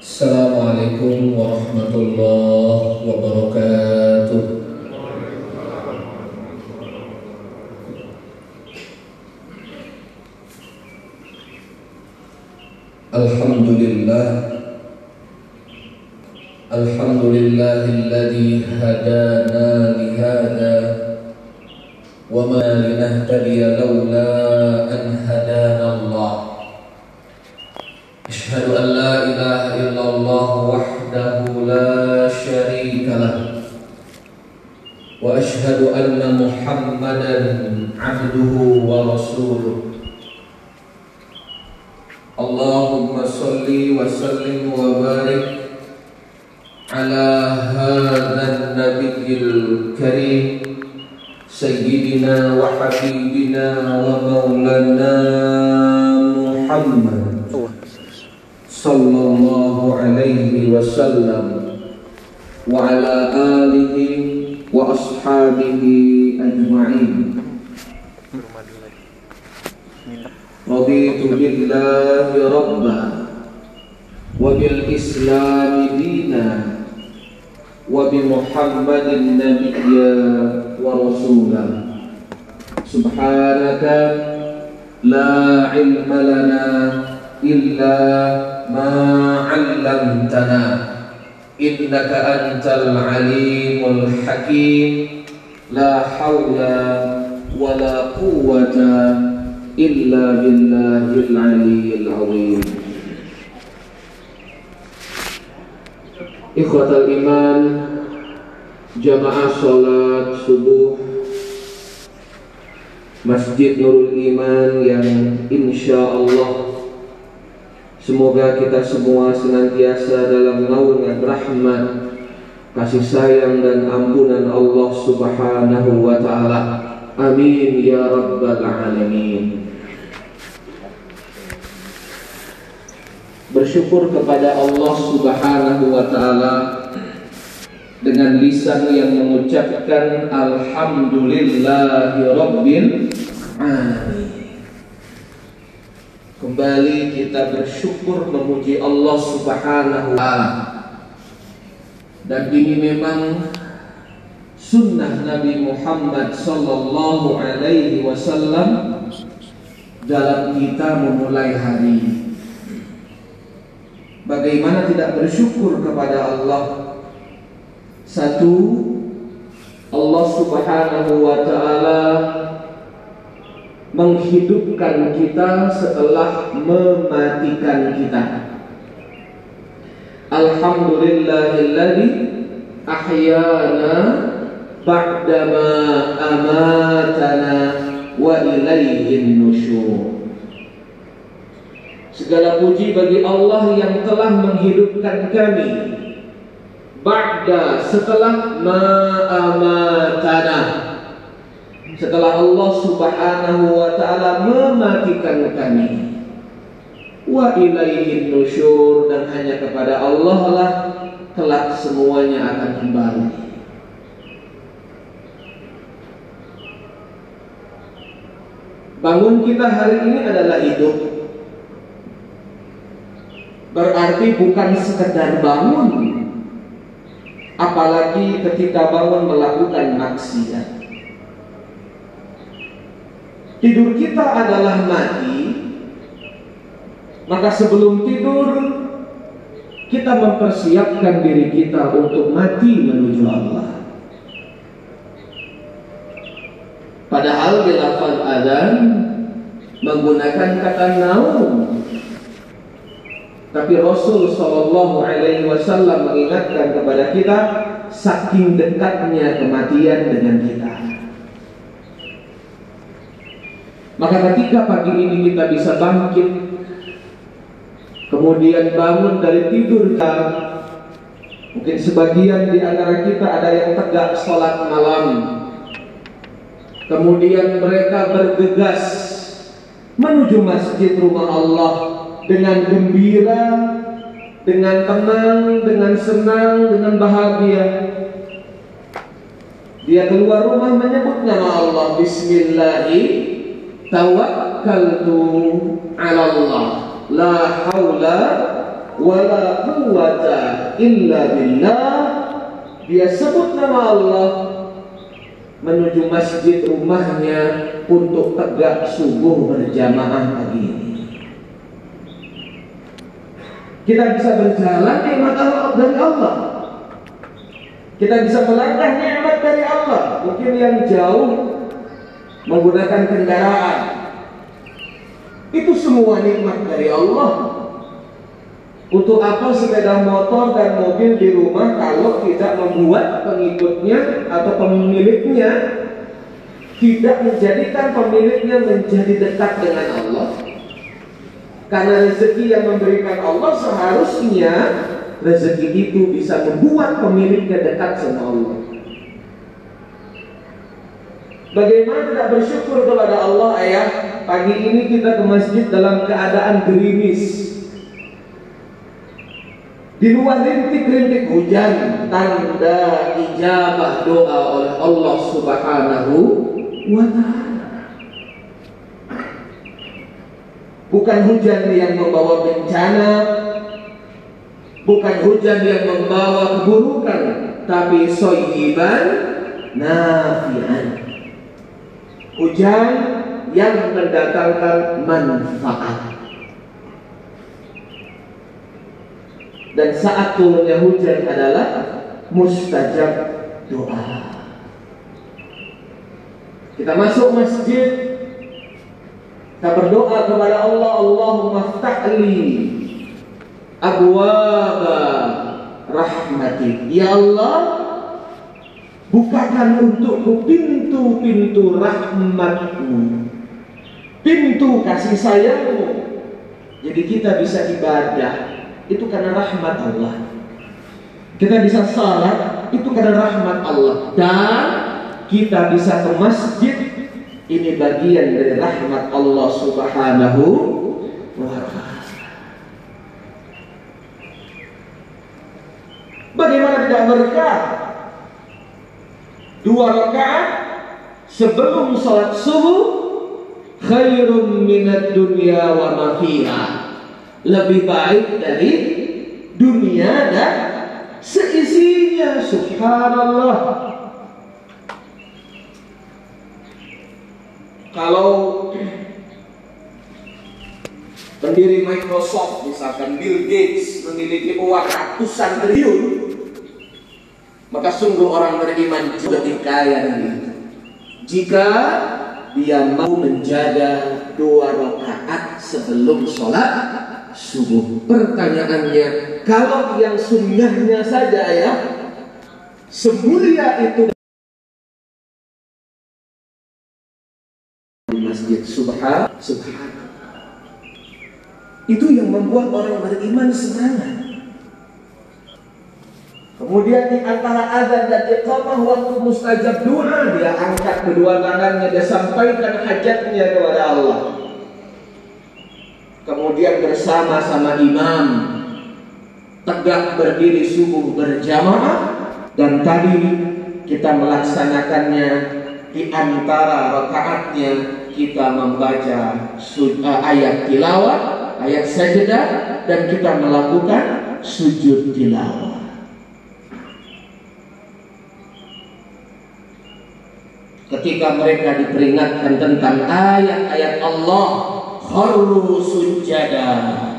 Assalamualaikum warahmatullahi wabarakatuh. Alhamdulillahilladzi hadana lihada wa ma linahtadiya laula an hadana Allah. Asyhadu an la ilaha illallah wahdahu la syarika lah wa asyhadu anna Muhammadan abduhu wa rasuluh. Allahumma salli wa sallim wa barik ala hadzal nabiyil karim sayyidina wa habibina wa maulana Muhammad sallallahu alaihi wasallam wa ala alihi wa ashabihi ajma'in. Raditu billahi rabba wa bil islami dina wa bi Muhammadin nabiyya wa rasulah. Subhanaka la ilma lana illa ma 'allamtana innaka antal alimul hakim. La haula wala quwwata illa billahil aliyyil azim. Ikhwatal iman, jamaah salat subuh Masjid Nurul Iman yang insyaallah semoga kita semua senantiasa dalam naungan rahmat, kasih sayang dan ampunan Allah Subhanahu wa taala. Amin ya rabbal alamin. Bersyukur kepada Allah Subhanahu wa taala dengan lisan yang mengucapkan alhamdulillahi rabbil alamin. Kembali kita bersyukur memuji Allah Subhanahu wa taala. Dan ini memang sunnah Nabi Muhammad sallallahu alaihi wasallam dalam kita memulai hari. Bagaimana tidak bersyukur kepada Allah? Satu, Allah Subhanahu wa taala menghidupkan kita setelah mematikan kita. Alhamdulillahilladzi ahyana ba'dama amatana wa ilaihin nusyur. Segala puji bagi Allah yang telah menghidupkan kami ba'da, setelah ma'amatana, setelah Allah Subhanahu wa ta'ala mematikan kami, wa ilaihin nusyur, dan hanya kepada Allah lah kelak semuanya akan kembali. Bangun kita hari ini adalah hidup. Berarti bukan sekedar bangun, apalagi ketika bangun melakukan maksiat. Tidur kita adalah mati, maka sebelum tidur kita mempersiapkan diri kita untuk mati menuju Allah. Padahal di lafaz adzan menggunakan kata naum, tapi Rasul sallallahu alaihi wasallam mengingatkan kepada kita saking dekatnya kematian dengan kita. Maka ketika pagi ini kita bisa bangkit, kemudian bangun dari tidur kita, mungkin sebagian di antara kita ada yang tegak sholat malam, kemudian mereka bergegas menuju masjid rumah Allah dengan gembira, dengan tenang, dengan senang, dengan bahagia. Dia keluar rumah menyebut nama Allah, Bismillahi tawakkaltu 'ala Allah, la haula wala quwwata illa billah. Dia sebut nama Allah, menuju masjid rumahnya untuk tegak subuh berjamaah pagi ini. Kita bisa berjalan nikmat dari Allah. Kita bisa melangkah nikmat dari Allah. Mungkin yang jauh menggunakan kendaraan, itu semua nikmat dari Allah. Untuk apa sepeda motor dan mobil di rumah kalau tidak membuat pengikutnya atau pemiliknya, tidak menjadikan pemiliknya menjadi dekat dengan Allah? Karena rezeki yang memberikan Allah, seharusnya rezeki itu bisa membuat pemiliknya dekat sama Allah. Bagaimana tidak bersyukur kepada Allah, ayah? Pagi ini kita ke masjid dalam keadaan gerimis. Di luar rintik-rintik hujan, tanda ijabah doa oleh Allah Subhanahu wa ta'ala. Bukan hujan yang membawa bencana, bukan hujan yang membawa keburukan, tapi soyiban nafi'an. Hujan yang mendatangkan manfaat. Dan saat turunnya hujan adalah mustajab doa. Kita masuk masjid, kita berdoa kepada Allah, Allahumma ftahli abwaba rahmatik. Ya Allah, bukakan untukku pintu-pintu rahmatmu, pintu kasih sayangmu. Jadi kita bisa ibadah, itu karena rahmat Allah. Kita bisa salat, itu karena rahmat Allah. Dan kita bisa ke masjid, ini bagian dari rahmat Allah Subhanahu wa ta'ala. Bagaimana tidak berkah? 2 rakaat sebelum salat subuh khairum minad dunya wa ma fiha. Lebih baik dari dunia dan seisinya. Subhanallah. Kalau pendiri Microsoft misalkan Bill Gates memiliki uang ratusan triliun, maka sungguh orang beriman lebih kaya dari itu jika dia mau menjaga 2 rakaat sebelum sholat subuh. Pertanyaannya, kalau yang sunnahnya saja ya, semulia itu di masjid, subhan, itu yang membuat orang beriman semangat. Kemudian di antara azan dan iqamah waktu mustajab doa, dia angkat kedua tangannya, dia sampaikan hajatnya kepada Allah. Kemudian bersama-sama imam tegak berdiri subuh berjamaah. Dan tadi kita melaksanakannya, di antara rakaatnya kita membaca ayat tilawah, ayat sajdah, dan kita melakukan sujud tilawah. Ketika mereka diperingatkan tentang ayat-ayat Allah, kharru sujada,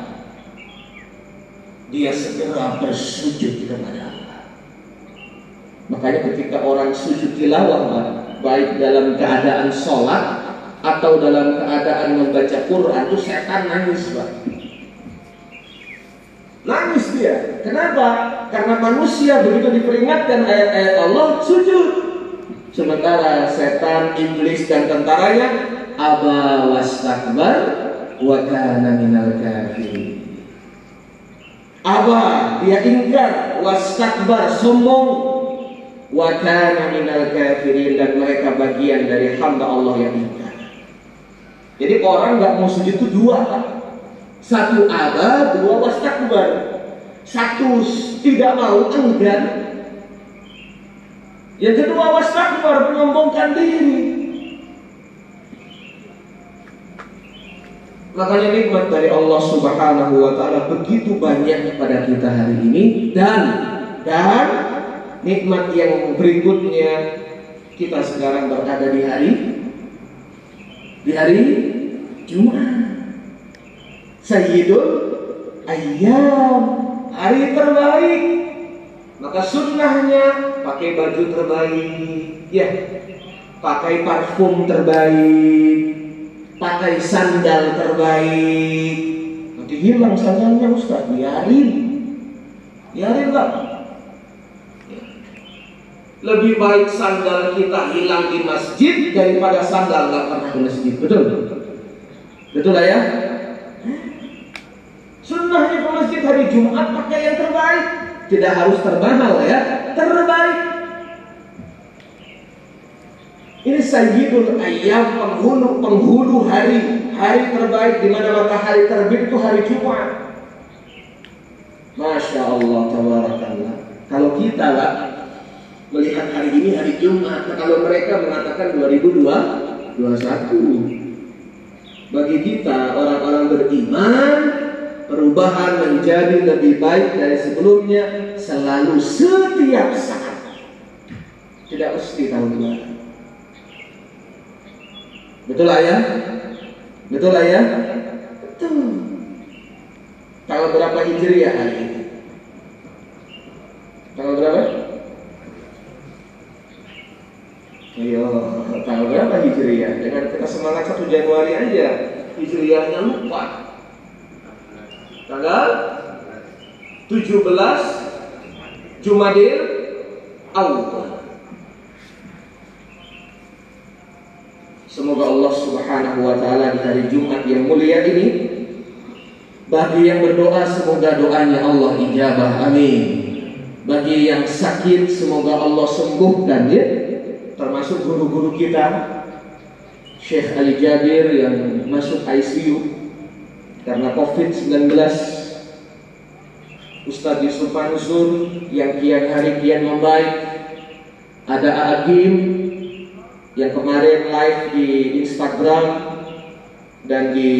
dia segera bersujud kepada Allah. Makanya ketika orang sujud tilawah, baik dalam keadaan sholat atau dalam keadaan membaca Quran, itu setan nangis, Pak. Nangis dia. Kenapa? Karena manusia begitu diperingatkan ayat-ayat Allah, sujud. Sementara setan, iblis dan tentaranya aba wastakbar wa kana minal kafirin. Aba, dia ingkar, wastakbar, sombong, wa kana minal kafirin, dan mereka bagian dari hamba Allah yang ingkar. Jadi orang nggak mau sujud itu 2, Pak. 1 aba, 2 wastakbar. 1 tidak mau, enggan. Yang kedua wastakbar, menyombongkan diri. Makanya nikmat dari Allah Subhanahu wa taala begitu banyak pada kita hari ini, dan nikmat yang berikutnya, kita sekarang berada di hari Jumat. Sayyidul Ayyam, hari terbaik. Maka sunnahnya pakai baju terbaik, ya, pakai parfum terbaik, pakai sandal terbaik. Nanti hilang sandalnya Ustaz, biarin lah. Lebih baik sandal kita hilang di masjid daripada sandal nggak pernah ke masjid. Betul lah ya. Sunnahnya ke masjid hari Jumat pakai yang terbaik. Tidak harus termahal ya, terbaik. Ini Sayyidul Ayyam, penghulu hari terbaik, di mana matahari terbit itu hari Jumat. Masya Allah, tabarakallah. Kalau kita lah melihat hari ini hari Jumat, kalau mereka mengatakan 2021, bagi kita orang-orang beriman, perubahan menjadi lebih baik dari sebelumnya selalu, setiap saat. Tidak mesti tahun baru. Betul lah ya? Betul. Tanggal berapa Hijriah hari ini? Tanggal berapa? Ayo, tanggal berapa Hijriah? Dengan kita semangat 1 Januari aja, Hijriahnya lupa. Tanggal 17 Jumadil Awal. Semoga Allah Subhanahu wa taala di hari Jumat yang mulia ini, bagi yang berdoa semoga doanya Allah ijabah, amin. Bagi yang sakit semoga Allah sembuhkan, ya. Termasuk guru-guru kita, Syekh Ali Jabir yang masuk ICU karena COVID-19, Ustadz Yusuf Mansur yang kian hari kian membaik, ada Agim yang kemarin live di Instagram dan di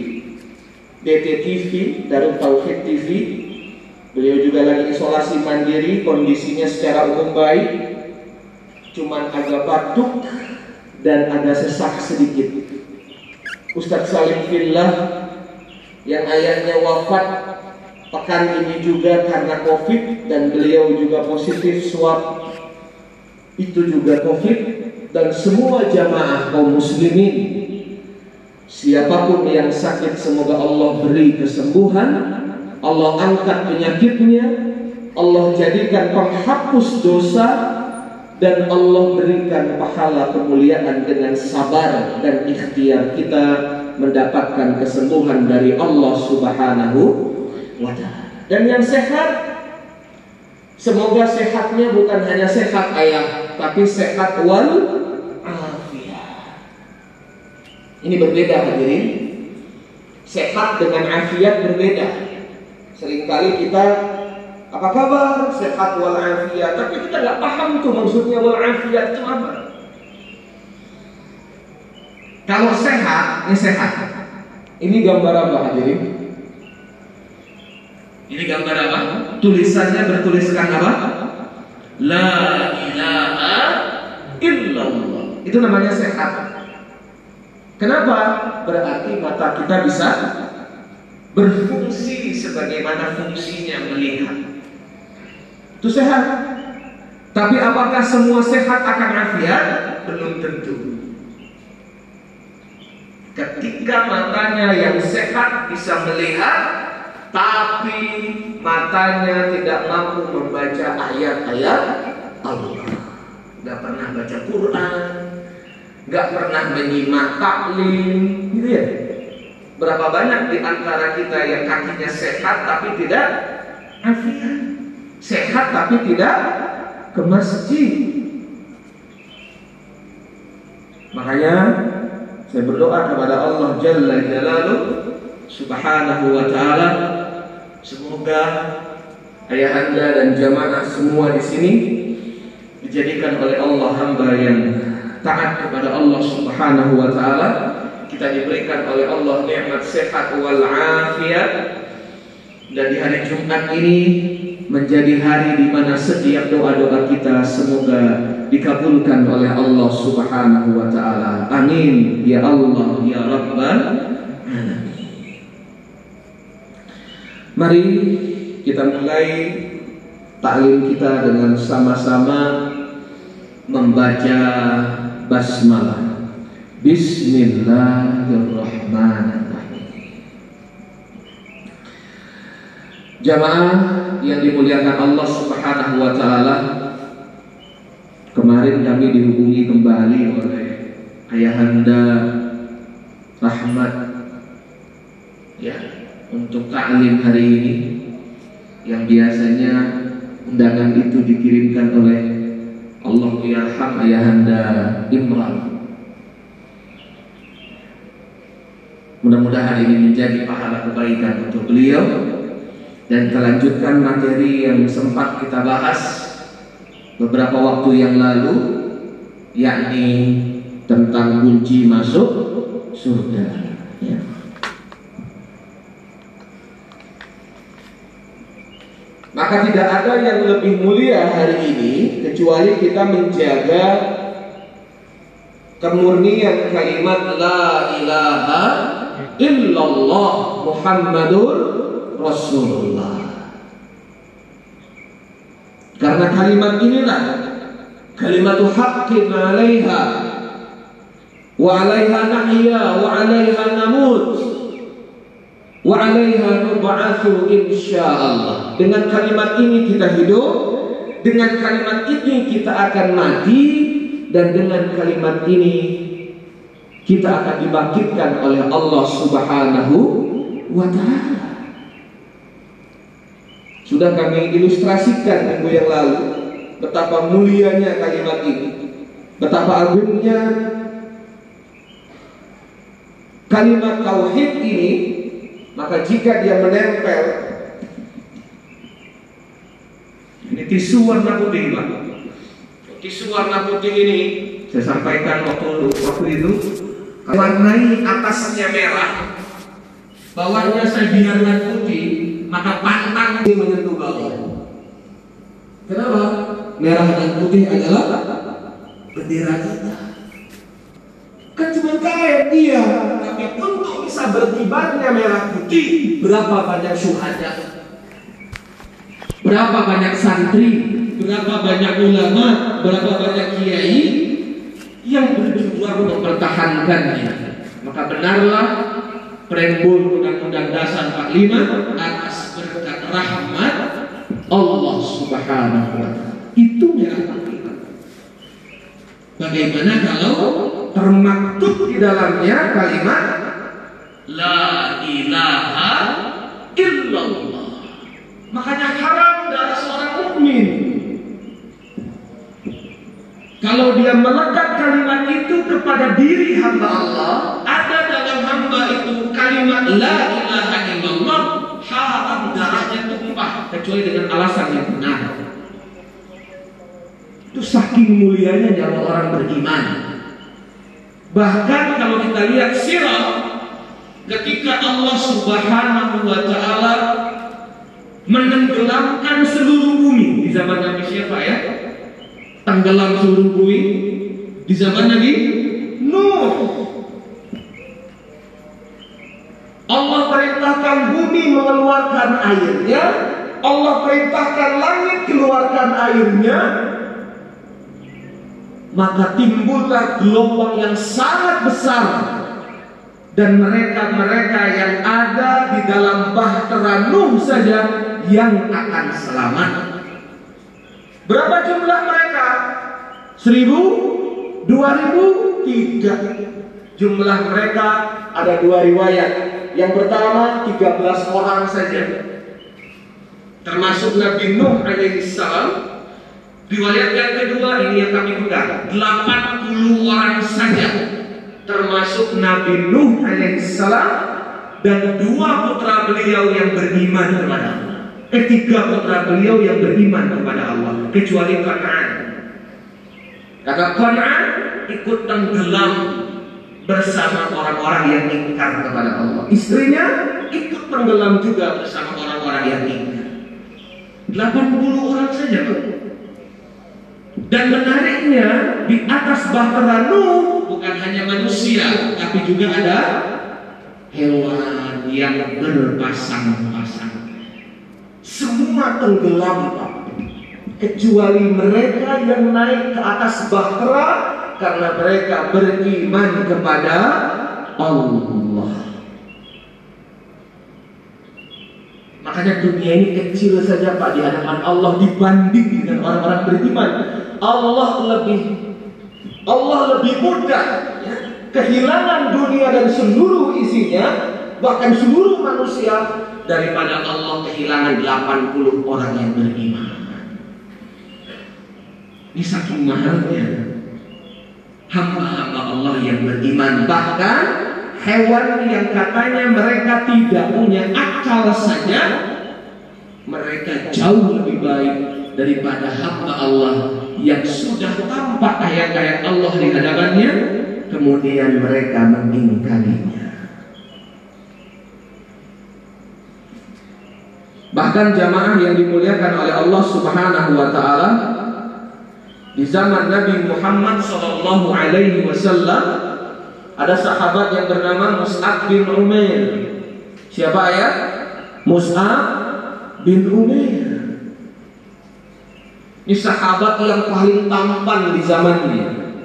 DTTV, Darul Tauhid TV. Beliau juga lagi isolasi mandiri, kondisinya secara umum baik, cuman agak batuk dan agak sesak sedikit. Ustadz Salim Fillah yang ayahnya wafat pekan ini juga karena COVID, dan beliau juga positif swab, itu juga COVID. Dan semua jamaah kaum muslimin, siapapun yang sakit semoga Allah beri kesembuhan, Allah angkat penyakitnya, Allah jadikan penghapus dosa, dan Allah berikan pahala kemuliaan dengan sabar dan ikhtiar kita mendapatkan kesembuhan dari Allah Subhanahu wa ta'ala. Dan yang sehat, semoga sehatnya bukan hanya sehat ayah, tapi sehat wal afiat. Ini berbeda hadirin. Sehat dengan afiat berbeda. Seringkali kita, apa kabar? Sehat wal afiat, tapi kita nggak paham tuh maksudnya wal afiat itu apa. Kalau sehat, ini sehat. Ini gambar apa hadirin? Ini gambar apa? Tulisannya bertuliskan apa? La ilaha illallah. Itu namanya sehat. Kenapa? Berarti mata kita bisa berfungsi sebagaimana fungsinya melihat. Itu sehat. Tapi apakah semua sehat akan afiat? Belum tentu. Ketika matanya yang sehat bisa melihat, tapi matanya tidak mampu membaca ayat-ayat Allah, nggak pernah baca Quran, nggak pernah menyimak taklim, gitu ya. Berapa banyak di antara kita yang kakinya sehat tapi tidak afiat, sehat tapi tidak ke masjid. Makanya saya berdoa kepada Allah Jalla Jalaluh Subhanahu wa ta'ala, semoga ayahanda dan jamaah semua di sini dijadikan oleh Allah hamba yang taat kepada Allah Subhanahu wa ta'ala, kita diberikan oleh Allah nikmat sehat wal afiat, dan di hari Jumat ini menjadi hari di mana setiap doa-doa kita semoga dikabulkan oleh Allah Subhanahu wa taala. Amin ya Allah ya Rabbal alamin. Mari kita mulai taklim kita dengan sama-sama membaca basmalah. Bismillahirrahmanirrahim. Jamaah yang dimuliakan Allah Subhanahu wa taala, kemarin kami dihubungi kembali oleh Ayahanda Rahmat ya untuk taklim hari ini, yang biasanya undangan itu dikirimkan oleh Allah yarham Ayahanda Imran. Mudah-mudahan ini menjadi pahala kebaikan untuk beliau, dan kelanjutkan materi yang sempat kita bahas beberapa waktu yang lalu, yakni tentang kunci masuk surga ya. Maka tidak ada yang lebih mulia hari ini kecuali kita menjaga kemurnian kalimat la ilaha illallah Muhammadur Rasulullah. Karena kalimat inilah kalimatu haqqin 'alaiha wa 'alaiha nahya wa 'alaiha namut wa 'alaiha nub'atsu insyaallah. Dengan kalimat ini kita hidup, dengan kalimat ini kita akan mati, dan dengan kalimat ini kita akan dibangkitkan oleh Allah Subhanahu wa taala. Sudah kami ilustrasikan minggu yang lalu betapa mulianya kalimat ini, betapa agungnya kalimat tauhid ini. Maka jika dia menempel, ini tisu warna putih Pak, tisu warna putih ini saya sampaikan waktu itu, warnai atasnya merah, bawahnya saya biarkan putih, maka pantang dia menyentuh bawah. Kenapa? Merah dan putih adalah bendera kita. Kan cuma kain dia, tapi untuk bisa berkibarnya merah putih, berapa banyak syuhada, berapa banyak santri, berapa banyak ulama, berapa banyak kiai yang berjuang mempertahankannya. Maka benarlah preambul Undang-Undang Dasar 45 atas berkat rahmat Allah Subhanahu wa taala. Itu merah putih. Bagaimana kalau termaktub di dalamnya kalimat la ilaha illallah? Makanya haram darah seorang mukmin kalau dia melekat kalimat itu kepada diri hamba Allah. Ada dalam hamba itu kalimat la ilaha illallah, haram darahnya tumpah kecuali dengan alasan yang benar. Itu saking mulianya nyawa orang beriman. Bahkan kalau kita lihat sirah, ketika Allah Subhanahu wa taala menenggelamkan seluruh bumi di zaman Nabi siapa ya? Tenggelam seluruh bumi di zaman Nabi Nuh. Allah perintahkan bumi mengeluarkan airnya, Allah perintahkan langit keluarkan airnya. Maka timbullah gelombang yang sangat besar, dan mereka-mereka yang ada di dalam bahtera Nuh saja yang akan selamat. Berapa jumlah mereka? 1.000? 2.000? Tidak. Jumlah mereka ada dua riwayat. Yang pertama 13 orang saja, termasuk Nabi Nuh alaihissalam. Riwayat yang kedua ini yang kami pegang, 80 orang saja, termasuk Nabi Nuh alaihissalam dan 2 putra beliau yang beriman kepada Allah. 3 putra beliau yang beriman kepada Allah, kecuali Kan'an. Karena Kan'an ikut tenggelam bersama orang-orang yang ingkar kepada Allah. Istrinya ikut tenggelam juga bersama orang-orang yang ingkar. 80 orang saja, Pak. Dan menariknya, di atas bahtera Nuh bukan hanya manusia, tapi juga ada hewan yang berpasang-pasang. Semua tenggelam, Pak, kecuali mereka yang naik ke atas bahtera karena mereka beriman kepada Allah. Makanya dunia ini kecil saja, Pak, di hadapan Allah dibanding dengan orang-orang beriman. Allah lebih mudah, ya, kehilangan dunia dan seluruh isinya, bahkan seluruh manusia, daripada Allah kehilangan 80 orang yang beriman. Ini saking mahalnya hamba-hamba Allah yang beriman. Bahkan hewan yang katanya mereka tidak punya akal saja, mereka jauh lebih baik daripada hamba Allah yang sudah tampak ayat-ayat Allah di hadapannya, kemudian mereka mengingkarinya. Bahkan jamaah yang dimuliakan oleh Allah Subhanahu wa taala, di zaman Nabi Muhammad sallallahu alaihi wasallam ada sahabat yang bernama Mus'ab bin Umair. Siapa ya? Mus'ab bin Umair. Ini sahabat yang paling tampan di zamannya.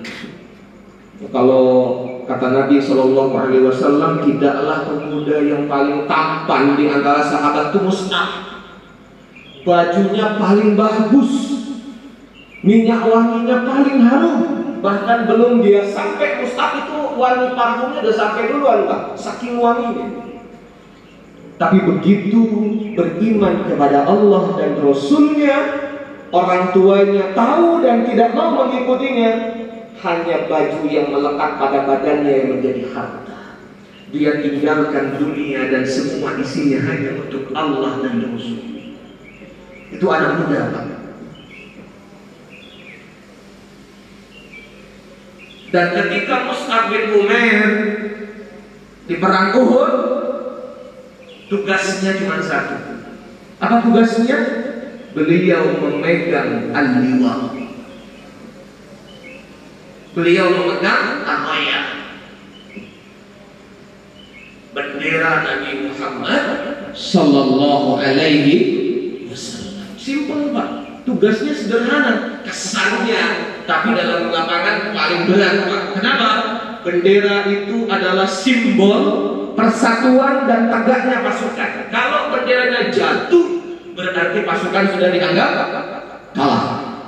Kalau kata Nabi sallallahu alaihi wasallam, tidaklah pemuda yang paling tampan di antara sahabat itu Mus'ab. Bajunya paling bagus, minyak wanginya paling harum. Bahkan belum dia sampai Mus'ab itu wangi parfumnya udah sampai duluan, Pak, saking wanginya. Tapi begitu beriman kepada Allah dan Rasulnya, orang tuanya tahu dan tidak mau mengikutinya, hanya baju yang melekat pada badannya yang menjadi harta. Dia tinggalkan dunia dan semua isinya hanya untuk Allah dan Rasul. Itu anak muda, Pak. Dan ketika Mus'ab bin Umair di perang Uhud, tugasnya cuma satu. Apa tugasnya? Beliau memegang al-liwa. Beliau memegang al-raya, bendera Nabi Muhammad sallallahu alaihi wasallam. Simpel, Pak. Tugasnya sederhana, kesannya, tapi dalam lapangan paling berat, Pak. Kenapa? Bendera itu adalah simbol persatuan dan tegaknya pasukan. Kalau benderanya jatuh, berarti pasukan sudah dianggap kalah.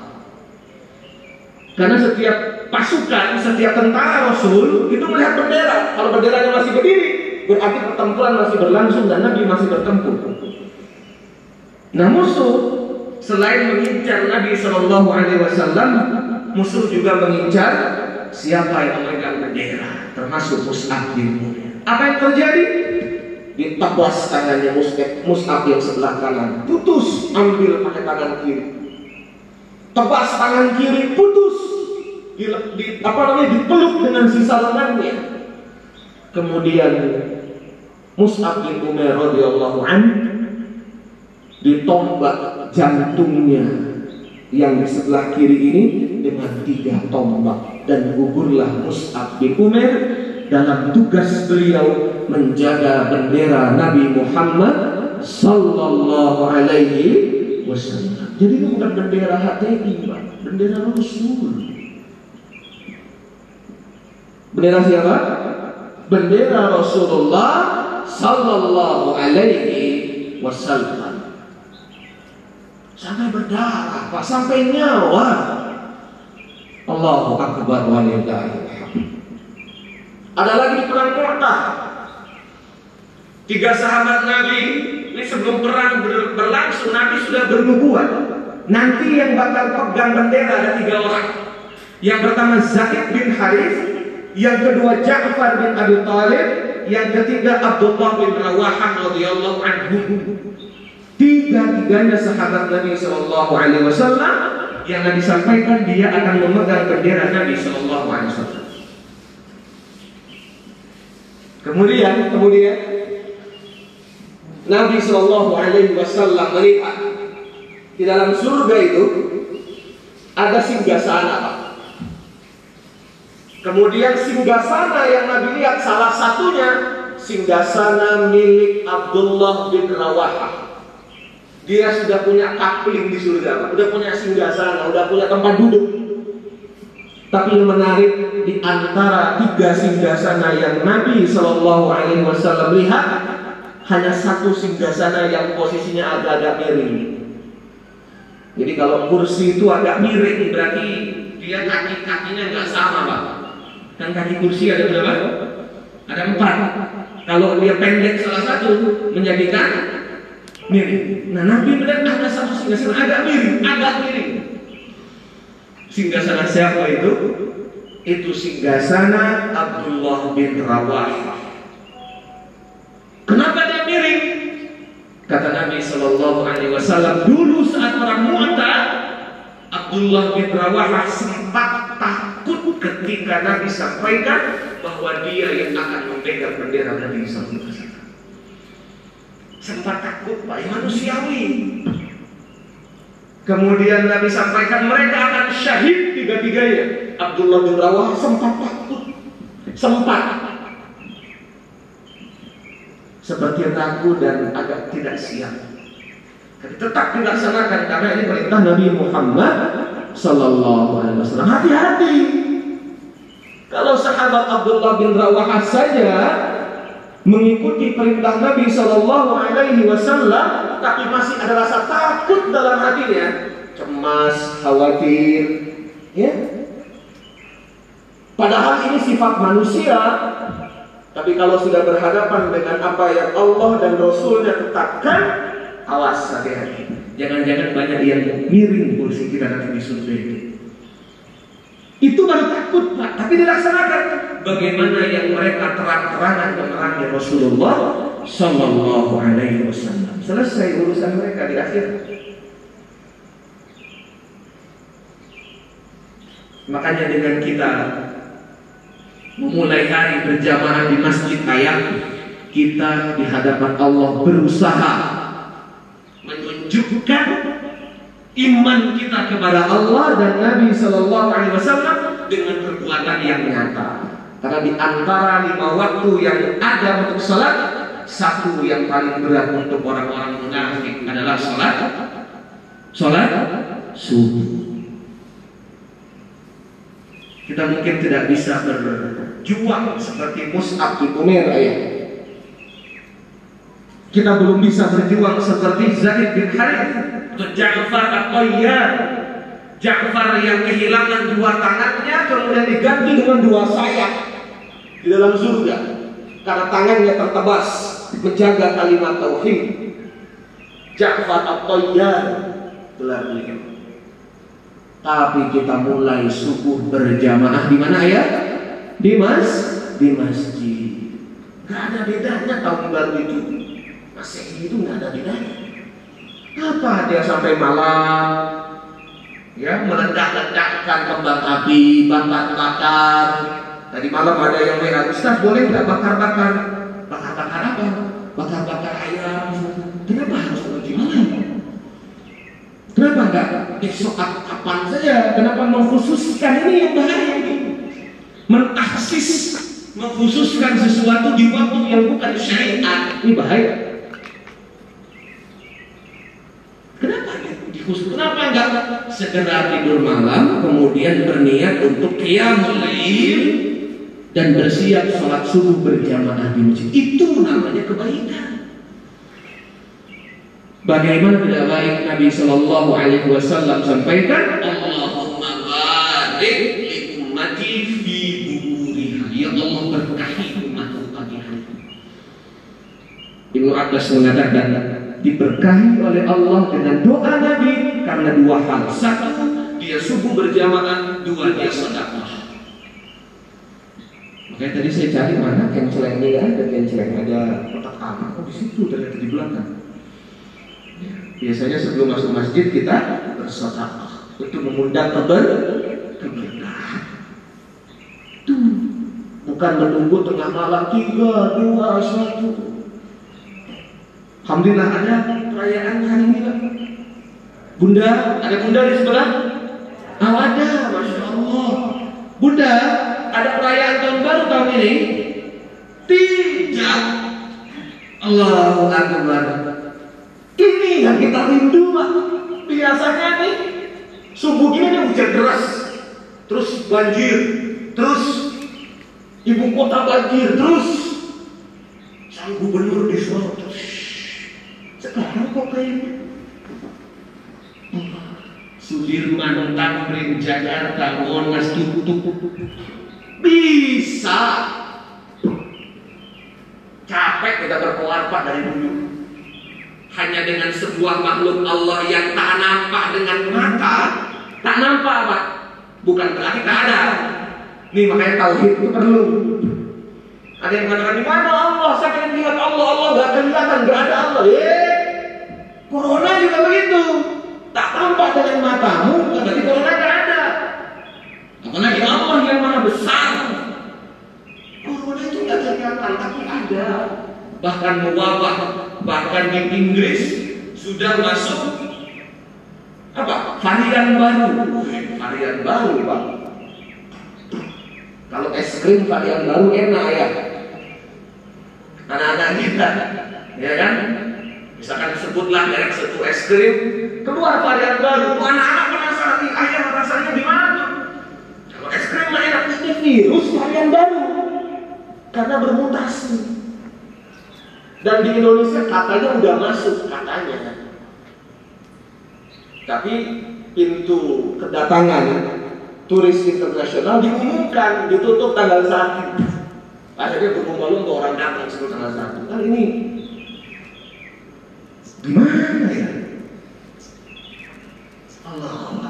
Karena setiap pasukan, setiap tentara Rasul itu melihat bendera. Kalau benderanya masih berdiri, berarti pertempuran masih berlangsung dan Nabi masih bertempur. Nah, musuh selain mengincar Nabi Shallallahu Alaihi Wasallam, musuh juga mengincar siapa yang memegang bendera, termasuk Mus'ab bin Umair. Apa yang terjadi? Ditebas tangannya Mus'ab yang sebelah kanan, putus, ambil pakai tangan kiri. Tebas tangan kiri, putus, dipeluk dengan sisa lengannya. Kemudian Mus'ab bin Umair radhiyallahu anhu ditombak jantungnya yang di sebelah kiri ini dengan 3 tombak, dan gugurlah Mus'ab bin Umair dalam tugas beliau menjaga bendera Nabi Muhammad sallallahu alaihi wasallam. Jadi itu bukan bendera HTI, Pak, bendera Rasul. Bendera siapa? Bendera Rasulullah sallallahu alaihi wasallam. Sampai berdarah, Pak, sampai nyawa. Allahu akbar wa lillahil hamd. Ada lagi di perang Mu'tah. 3 sahabat Nabi ini sebelum perang berlangsung, Nabi sudah bernubuat. Nanti yang bakal pegang bendera ada 3 orang. Yang pertama Zaid bin Harith, yang kedua Ja'far bin Abi Thalib, yang ketiga Abdullah bin Rawahah radhiyallahu anhu. 3-tiganya sahabat Nabi Sallallahu Alaihi Wasallam yang Nabi sampaikan dia akan memegang bendera Nabi Sallallahu Alaihi Wasallam. Kemudian Nabi Shallallahu Alaihi Wasallam melihat di dalam surga itu ada singgasana, Pak. Kemudian singgasana yang Nabi lihat salah satunya singgasana milik Abdullah bin Rawahah. Dia sudah punya kapling di surga, Pak. Udah punya singgasana, udah punya tempat duduk. Tapi yang menarik, di antara 3 singgasana yang Nabi Shallallahu Alaihi Wasallam lihat, hanya satu singgasana yang posisinya agak-agak miring. Jadi kalau kursi itu agak miring, berarti dia kaki-kakinya nggak sama, Pak. Kan kaki kursi ada berapa? Ada 4. Kalau dia pendek salah satu, menjadikan miring. Nah, Nabi melihat ada satu singgasana agak miring. Singgasana siapa itu? Itu singgasana Abdullah bin Rawahah. Kenapa dia miring? Kata Nabi Shallallahu Alaihi Wasallam, dulu saat orang Mu'tah, Abdullah bin Rawahah sempat takut ketika Nabi sampaikan bahwa dia yang akan memegang bendera Nabi Sallallahu Alaihi Wasallam. Sempat takut, Pak, manusiawi. Kemudian Nabi sampaikan mereka akan syahid 3-3-nya. Abdullah bin Rawahah sempat takut, seperti ragu dan agak tidak siap. Tapi tetap dilaksanakan karena ini perintah Nabi Muhammad Sallallahu Alaihi Wasallam. Hati-hati. Kalau sahabat Abdullah bin Rawahah saja mengikuti perintah Nabi Sallallahu Alaihi Wasallam, tapi masih ada rasa takut dalam hatinya, cemas, khawatir, ya. Padahal ini sifat manusia. Tapi kalau sudah berhadapan dengan apa yang Allah dan Rasulnya tetapkan, awas, hati-hati. Jangan-jangan banyak yang miring kursi kita nanti di surga itu. Itu baru takut, Pak, tapi dilaksanakan. Bagaimana yang mereka terang-terangan memerangi Rasulullah Sallallahu Alaihi Wasallam. Selesai urusan mereka di akhir. Makanya dengan kita memulai hari berjamaah di Masjid Ayah, kita di hadapan Allah berusaha menunjukkan iman kita kepada Allah dan Nabi Sallallahu Alaihi Wasallam dengan perbuatan yang nyata. Karena di antara 5 waktu yang ada untuk salat, satu yang paling berat untuk orang-orang munafik adalah salat subuh. Kita mungkin tidak bisa berjuang seperti Mus'ab bin Umair, ayah. Kita belum bisa berjuang seperti Zaid bin Harith atau Ja'far At-Tayyar. Ja'far yang kehilangan 2 tangannya kemudian diganti dengan 2 sayap di dalam surga karena tangannya tertebas menjaga kalimat tauhid. Ja'far At-Tayyar gelar beliau. Tapi kita mulai subuh berjamaah di mana, ya? Di masjid. Gak ada bedanya tahun baru itu. Masehi itu gak ada bedanya. Apa dia sampai malam, ya, meledak-ledakkan kembang api, bakar-bakar. Tadi malam ada yang WA, Ustaz boleh nggak bakar-bakar? Bakar-bakar apa? Bakar-bakar ayam. Kenapa harus menuju malam? Kenapa enggak besok kapan saja? Kenapa mengkhususkan ini yang bahaya ini? Mentaksis, mengkhususkan sesuatu di waktu yang bukan syariat, ini bahaya. Kenapa dikhusus? Kenapa enggak segera tidur malam kemudian berniat untuk qiyamul lail dan bersiap sholat subuh berjamaah di masjid? Itu namanya kebaikan. Bagaimana tidak baik Nabi Sallallahu Alaihi Wasallam sampaikan, Allahumma barik li ummati fi buburiha. Ya Allah, berkahi umatku pagi hari. Ibnu Abbas mengatakan diberkahi oleh Allah dengan doa Nabi karena 2 hal. 1, dia subuh berjamaah. 2, dia sedekah. Makanya tadi saya cari mana kencelengnya, ada kenceleng, ada kotak amal. Oh, di situ ternyata di belakang. Biasanya sebelum masuk masjid kita bersedekah untuk mengundang keberkahan. Itu bukan menunggu tengah malam 3, 2, 1. Alhamdulillah ada perayaan hari ini Pak. Bunda, ada bunda di sebelah? Ada, Masya Allah. Bunda, ada perayaan tahun baru tahun ini? Tidak. Allahu Akbar. Ini yang kita rindu Pak. Biasanya nih subuh gini nih hujan deras, terus banjir, terus ibu kota banjir, terus sang gubernur disorot. Sekarang kok kayak Sudirman, Tamrin, Jakarta, Monas tutup. Bisa. Capek kita berkoar Pak dari dulu. Hanya dengan sebuah makhluk Allah yang tak nampak dengan mata. Tak nampak Pak. Bukan berarti tak ada. Nih makanya tauhid itu perlu. Ada yang mengatakan di mana Allah? Saya pengen lihat Allah. Allah gak kelihatan, gak ada Allah. Corona juga begitu. Tak tampak dengan matamu, berarti corona gak ada. Apalagi Allah yang maha besar. Corona itu gak kelihatan, tapi ada. Bahkan mewabah, bahkan di Inggris sudah masuk apa? Varian baru. Varian baru Pak. Kalau es krim varian baru enak ya. Anak-anak kita, ya kan? Misalkan sebutlah merek satu es krim, keluar varian baru. Anak-anak penasaran nih, ayah rasanya gimana? Kalau es krim mah enak, ini virus varian baru karena bermutasi. Dan di Indonesia katanya udah masuk katanya. Tapi pintu kedatangan turis internasional diumumkan ditutup tanggal 1. Akhirnya berlomba-lomba untuk orang datang sebelum tanggal 1. Kan ini gimana ya? Allah.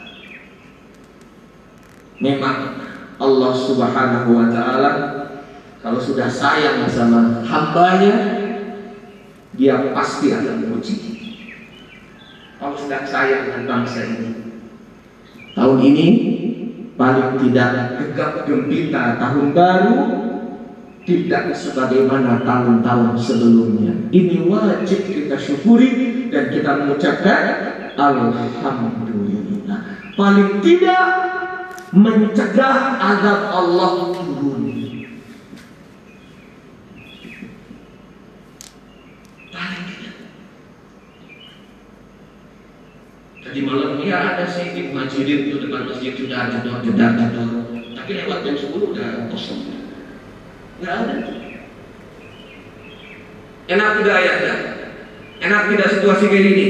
Memang Allah Subhanahu wa Ta'ala kalau sudah sayang sama hambanya, dia pasti akan memuji. Kalau sudah sayang dengan bangsa ini, tahun ini paling tidak gegap gempita tahun baru, tidak sebagaimana tahun-tahun sebelumnya. Ini wajib kita syukuri dan kita mengucapkan alhamdulillah. Paling tidak mencegah azab Allah turun. Paling tidak. Tadi malam ya ada sih di masjid itu depan masjid sudah jedar. Tapi lewat jam 10 udah kosong. Nggak ada. Enak tidak ayahnya? Enak tidak situasi kayak gini?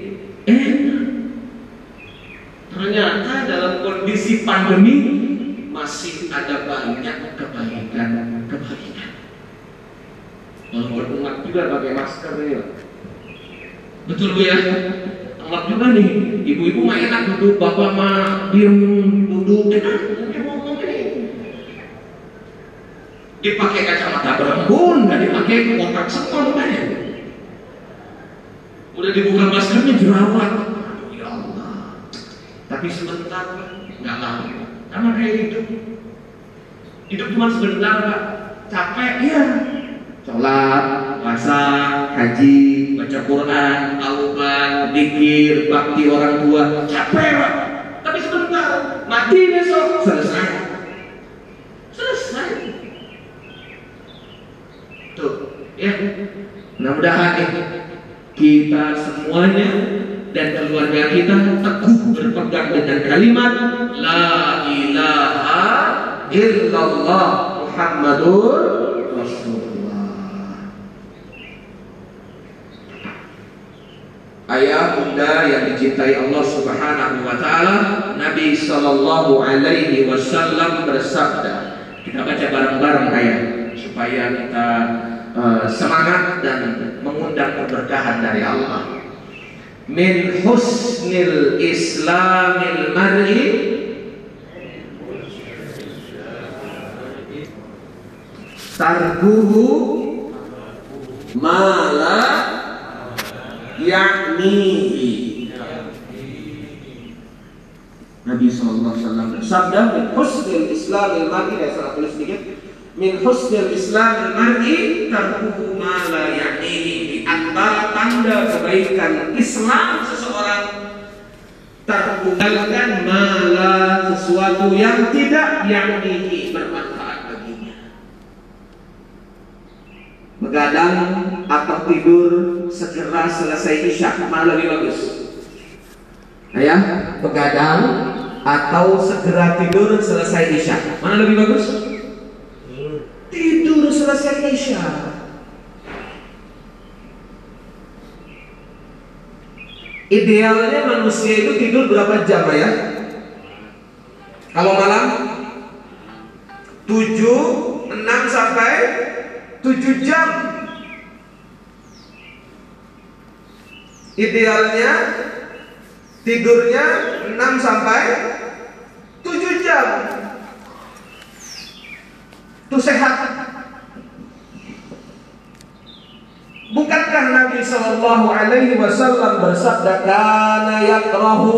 Ternyata dalam kondisi pandemi masih ada banyak kebaikan. Walaupun umat juga pakai masker ya. Betul Bu ya? Umat juga nih. Ibu-ibu mah enak duduk, bapak mah diem duduk. Dipakai kacamata berembun, nggak dipakai kotak semua mukanya. Udah dibuka maskernya jerawat. Ya Allah. Tapi sebentar nggak lama. Karena kayak hidup cuma sebentar Pak. Capek ya. Sholat, puasa, haji, baca Quran, taubat, zikir, bakti orang tua. Capek Pak. Tapi sebentar. Mati besok selesai. Tuh, ya. Mudah-mudahan kita semuanya dan keluarga kita teguh berpegang dengan kalimat La ilaha illallah Muhammadur Rasulullah. Ayah bunda yang dicintai Allah Subhanahu wa Ta'ala, Nabi Sallallahu Alaihi Wasallam bersabda. Kita baca bareng-bareng ayat supaya kita semangat dan mengundang keberkahan dari Allah. Min husnil islamil mar'i tarbuhu mala yaknihi. Nabi SAW bersabda, min husnil islamil mar'i, saya salah tulis sedikit, min husnil islamil mar'i tarkuhu ma la ya'nihi. Di antara tanda kebaikan Islam seseorang, tarkuhkan mala, sesuatu yang tidak ya'nihi, bermanfaat baginya. Begadang atau tidur segera selesai isya, mana lebih bagus? Ya, begadang atau segera tidur selesai isya, mana lebih bagus? Tidur selesai isya. Idealnya manusia itu tidur berapa jam ya? Kalau malam 7, 6 sampai 7 jam. Idealnya tidurnya 6 sampai 7 jam. Itu sehat. Bukankah Nabi Shallallahu Alaihi Wasallam bersabda, "Kana yakrahu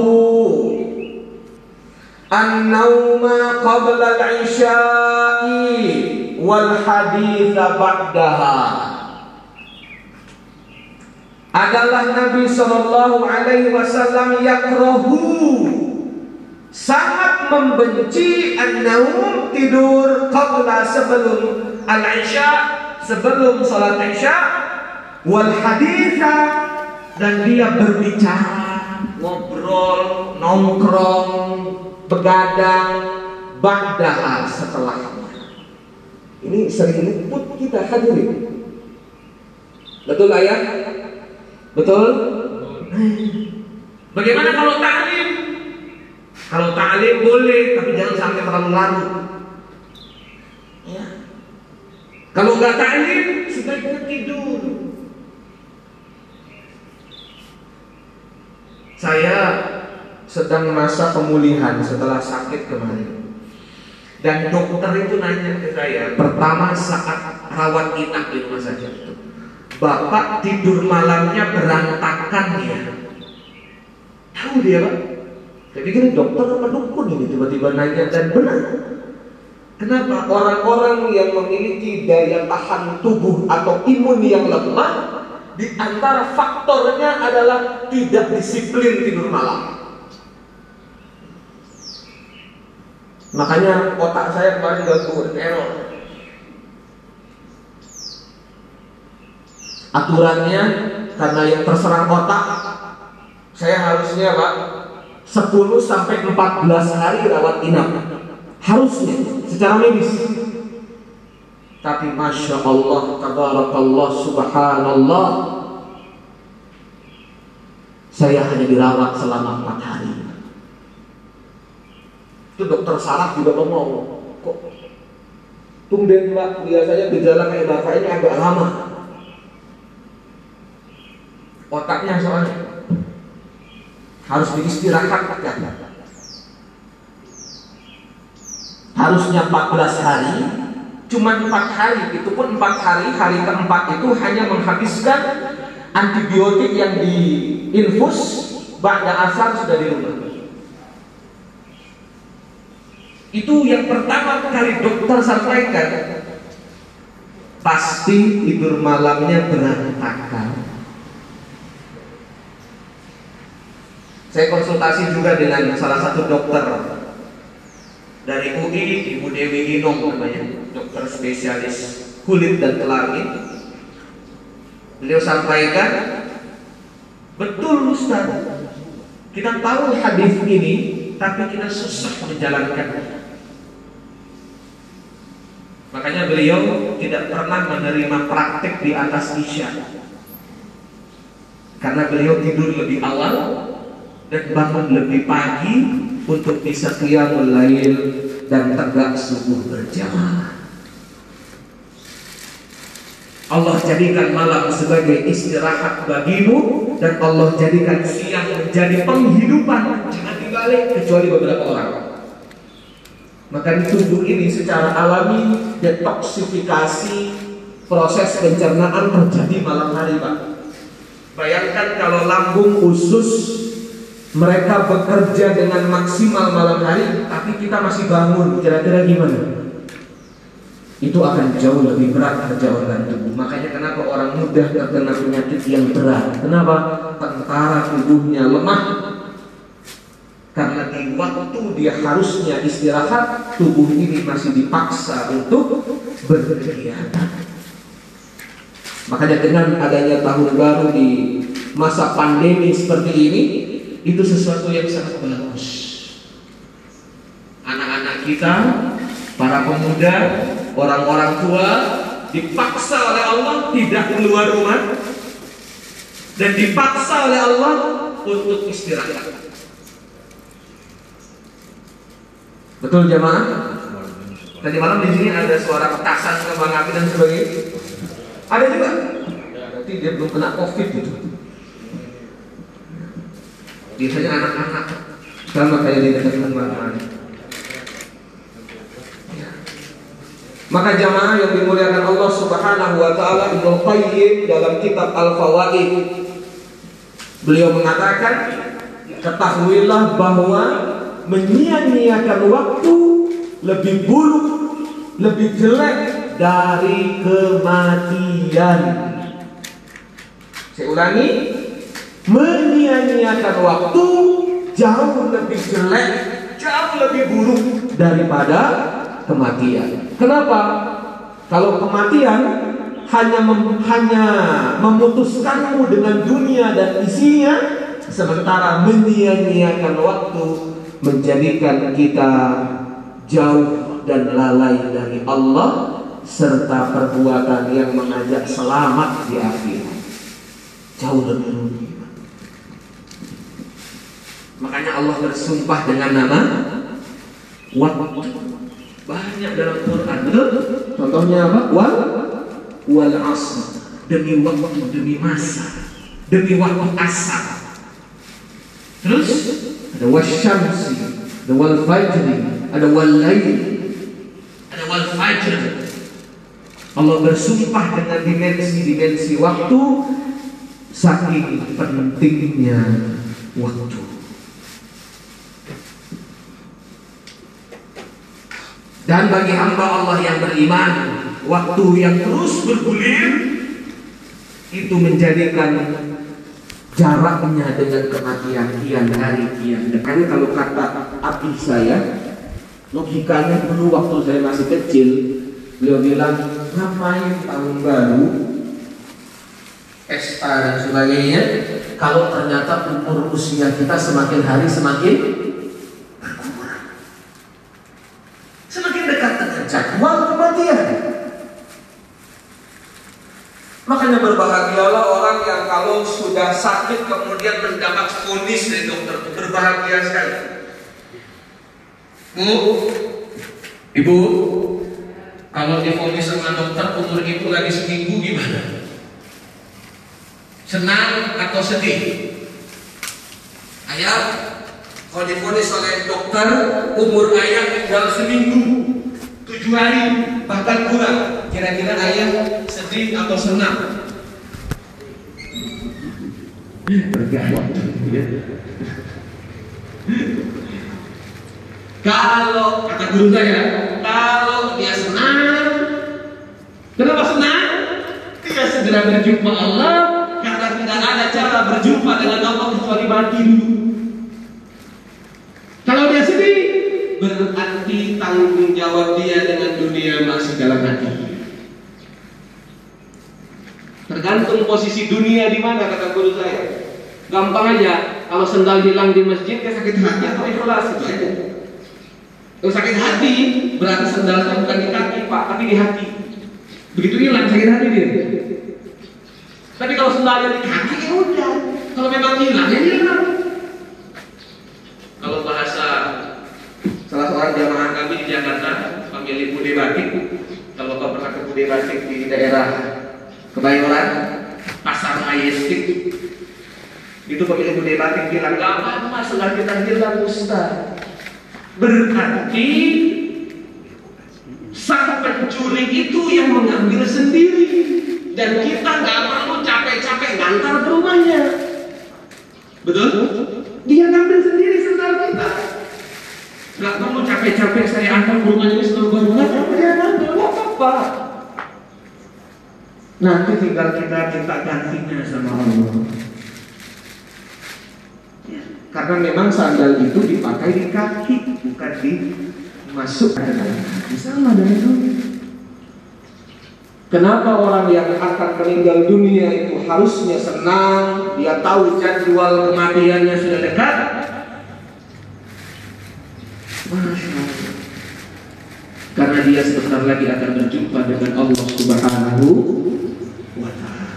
an-nauma qabla al-isya'i wal haditha ba'daha." Adalah Nabi Shallallahu Alaihi Wasallam yakrahu, sangat membenci an-naum, tidur, qabla, sebelum al-isya, sebelum salat isya, wal haditha, dan dia berbicara, ngobrol, nongkrong, begadang, ba'daha, setelahnya. Ini sering luput kita hadirin. Betul ayat? Betul? Bagaimana kalau ta'lim? Kalau ta'lim boleh, tapi jangan sampai terlalu larut. Ya. Kalau nggak ta'lim, sebaiknya tidur. Saya sedang masa pemulihan setelah sakit kemarin, dan dokter itu nanya ke saya, pertama saat rawat inap di rumah sakit itu, "Bapak tidur malamnya berantakan ya?" Tahu dia, Pak? Saya pikir dokter apa dukun ini tiba-tiba nanya, dan benar. Kenapa? Orang-orang yang memiliki daya tahan tubuh atau imun yang lemah, di antara faktornya adalah tidak disiplin tidur malam. Makanya otak saya kemarin ganggu, error. Aturannya, karena yang terserang otak, saya harusnya Pak 10 sampai 14 hari rawat inap. Harusnya secara medis. Tapi Masya Allah, tabarakallah, subhanallah, saya hanya dirawat selama 4 hari. Itu dokter saraf juga ngomong, kok tumben Pak, biasanya gejala kayak Bapak ini agak lama. Otaknya soalnya harus diistirahatkan. Harusnya 14 hari, cuma 4 hari. Itu pun 4 hari, hari keempat itu hanya menghabiskan antibiotik yang diinfus, ba'da asar sudah di rumah. Itu yang pertama kali dokter sampaikan, pasti tidur malamnya berantakan. Saya konsultasi juga dengan salah satu dokter dari UI, Ibu Dewi Ginong namanya, dokter spesialis kulit dan kelamin. Beliau sampaikan, betul Ustaz, kita tahu hadis ini, tapi kita susah menjalankannya. Makanya beliau tidak pernah menerima praktek di atas isya, karena beliau tidur lebih awal dan bangun lebih pagi untuk bisa qiyamul lail dan tegak subuh berjamaah. Allah jadikan malam sebagai istirahat bagimu, dan Allah jadikan siang menjadi penghidupan. Jangan dibalik, kecuali beberapa orang. Maka di tubuh ini secara alami detoksifikasi, proses pencernaan terjadi malam hari, Pak. Bayangkan kalau lambung, usus mereka bekerja dengan maksimal malam hari, tapi kita masih bangun, kira-kira gimana? itu akan jauh lebih berat kerja organ tubuh. Makanya kenapa orang mudah terkena penyakit yang berat? Kenapa? Tentara tubuhnya lemah. Karena di waktu dia harusnya istirahat, tubuh ini masih dipaksa untuk berkegiatan. Makanya dengan adanya tahun baru di masa pandemi seperti ini, itu sesuatu yang sangat bagus. Anak-anak kita, para pemuda, orang-orang tua dipaksa oleh Allah tidak keluar rumah dan dipaksa oleh Allah untuk istirahat. Betul jemaah? Tadi malam di sini ada suara petasan, kembang api dan sebagainya. Ada juga. Berarti dia belum kena COVID gitu. Biasanya anak-anak sama kayak di dekat rumah. Maka jamaah yang dimuliakan Allah Subhanahu wa taala, Ibnu Qayyim dalam kitab Al-Fawaid, beliau mengatakan, ketahuilah bahwa menyia-nyiakan waktu lebih buruk, lebih jelek dari kematian. Saya ulangi, menyia-nyiakan waktu jauh lebih jelek, jauh lebih buruk daripada kematian. Kenapa? Kalau kematian hanya memutuskanmu dengan dunia dan isinya, sementara menyia-nyiakan waktu menjadikan kita jauh dan lalai dari Allah serta perbuatan yang mengajak selamat di akhirat. Jauh lebih rugi. Makanya Allah bersumpah dengan nama waktu. Banyak dalam Quran. Contohnya apa? Wal asr, demi waktu, demi masa, demi waktu asar. Terus ada wasyamsi, ada wal fajri, ada wal lail, ada wal fajr. Allah bersumpah dengan dimensi-dimensi waktu, saking pentingnya waktu. Dan bagi hamba Allah yang beriman, waktu yang terus bergulir itu menjadikan jaraknya dengan kematian kian hari kian dekat. Kalau kata api saya, logikanya dulu waktu saya masih kecil, beliau bilang, ngapain tahun baru, pesta dan sebagainya, kalau ternyata umur usia kita semakin hari semakin berkurang, semakin dekat dengan jadwal kematian. Makanya berbahagialah orang yang kalau sudah sakit kemudian mendapat vonis dari dokter. Berbahagia sekali. Bu, ibu, kalau divonis sama dokter umur ibu lagi seminggu gimana? Senang atau sedih? Ayah, kalau divonis oleh dokter umur ayah tinggal seminggu, 7 hari, bahkan kurang. Kira-kira ayah sedih atau senang? Bergantung ya. Kalau kata guru saya, kalau dia senang, kenapa senang? Dia segera berjumpa Allah, karena tidak ada cara berjumpa dengan Allah kecuali mati dulu. Kalau dia sedih, berarti tanggung jawab dia dengan dunia masih dalam hati. Tergantung posisi dunia di mana, kata guru saya. Gampang aja, kalau sendal hilang di masjid, dia sakit hati atau ikhlas itu aja. Kalau sakit hati, berarti sendalnya bukan di kaki pak, tapi di hati. Begitu hilang sakit hati dia. Tapi kalau sendalnya di kaki, ya udah. Kalau memang hilang, ya hilang. Kalau bahasa salah seorang jamaah kami di Jakarta, pemilik Bude Batik. Kalau kau pernah ke Bude Batik di daerah Kebayoran, Pasar Majestic, itu pemilik Bude Batik bilang, gak apa-apa sendal kita hilang Ustaz. Berarti sang pencuri itu yang mengambil sendiri, dan kita gak perlu capek-capek ngantar ke rumahnya. Betul? Dia ngambil sendiri sendal kita. Nggak perlu capek-capek saya antar ke rumah jenis baru. Nggak apa-apa. Nanti tinggal kita minta gantinya sama Allah. Ya, karena memang sandal itu dipakai di kaki, bukan dimasuk ke dalam kaki. Sama dengan dunia. Kenapa orang yang akan meninggal dunia itu harusnya senang? Dia tahu jadwal kematiannya sudah dekat. Masya Allah. Karena dia sebentar lagi akan berjumpa dengan Allah Subhanahu wa Ta'ala.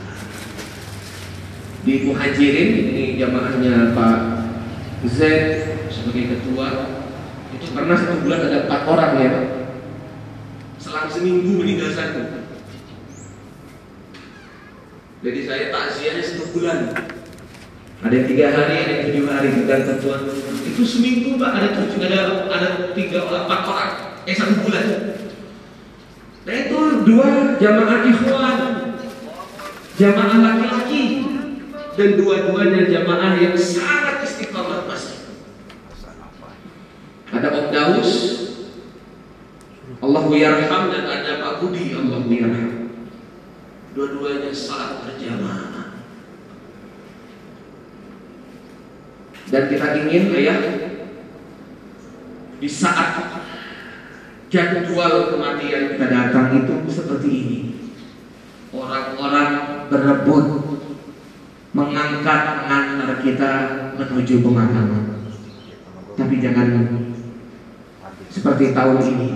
Di Muhajirin, ini jamaahnya Pak Z sebagai ketua, itu pernah 1 bulan ada 4 orang ya, selang seminggu meninggal satu. Jadi saya takziahnya 1 bulan. Ada yang 3 hari, ada yang 7 hari dan ketua. Itu seminggu Pak, ada 4 orang. 1 bulan. Nah itu 2 jamaah ikhwan, jamaah laki-laki, dan dua-duanya jamaah yang sangat istiqamah masjid. Ada Om Daus, Allahu yarham, dan ada Pak Budi, Allahu yarham. Dua-duanya salat berjamaah. Dan kita ingin ya, di saat jadwal kematian kita datang itu seperti ini. Orang-orang berebut mengangkat mengantar kita menuju pemakaman. Tapi jangan seperti tahun ini.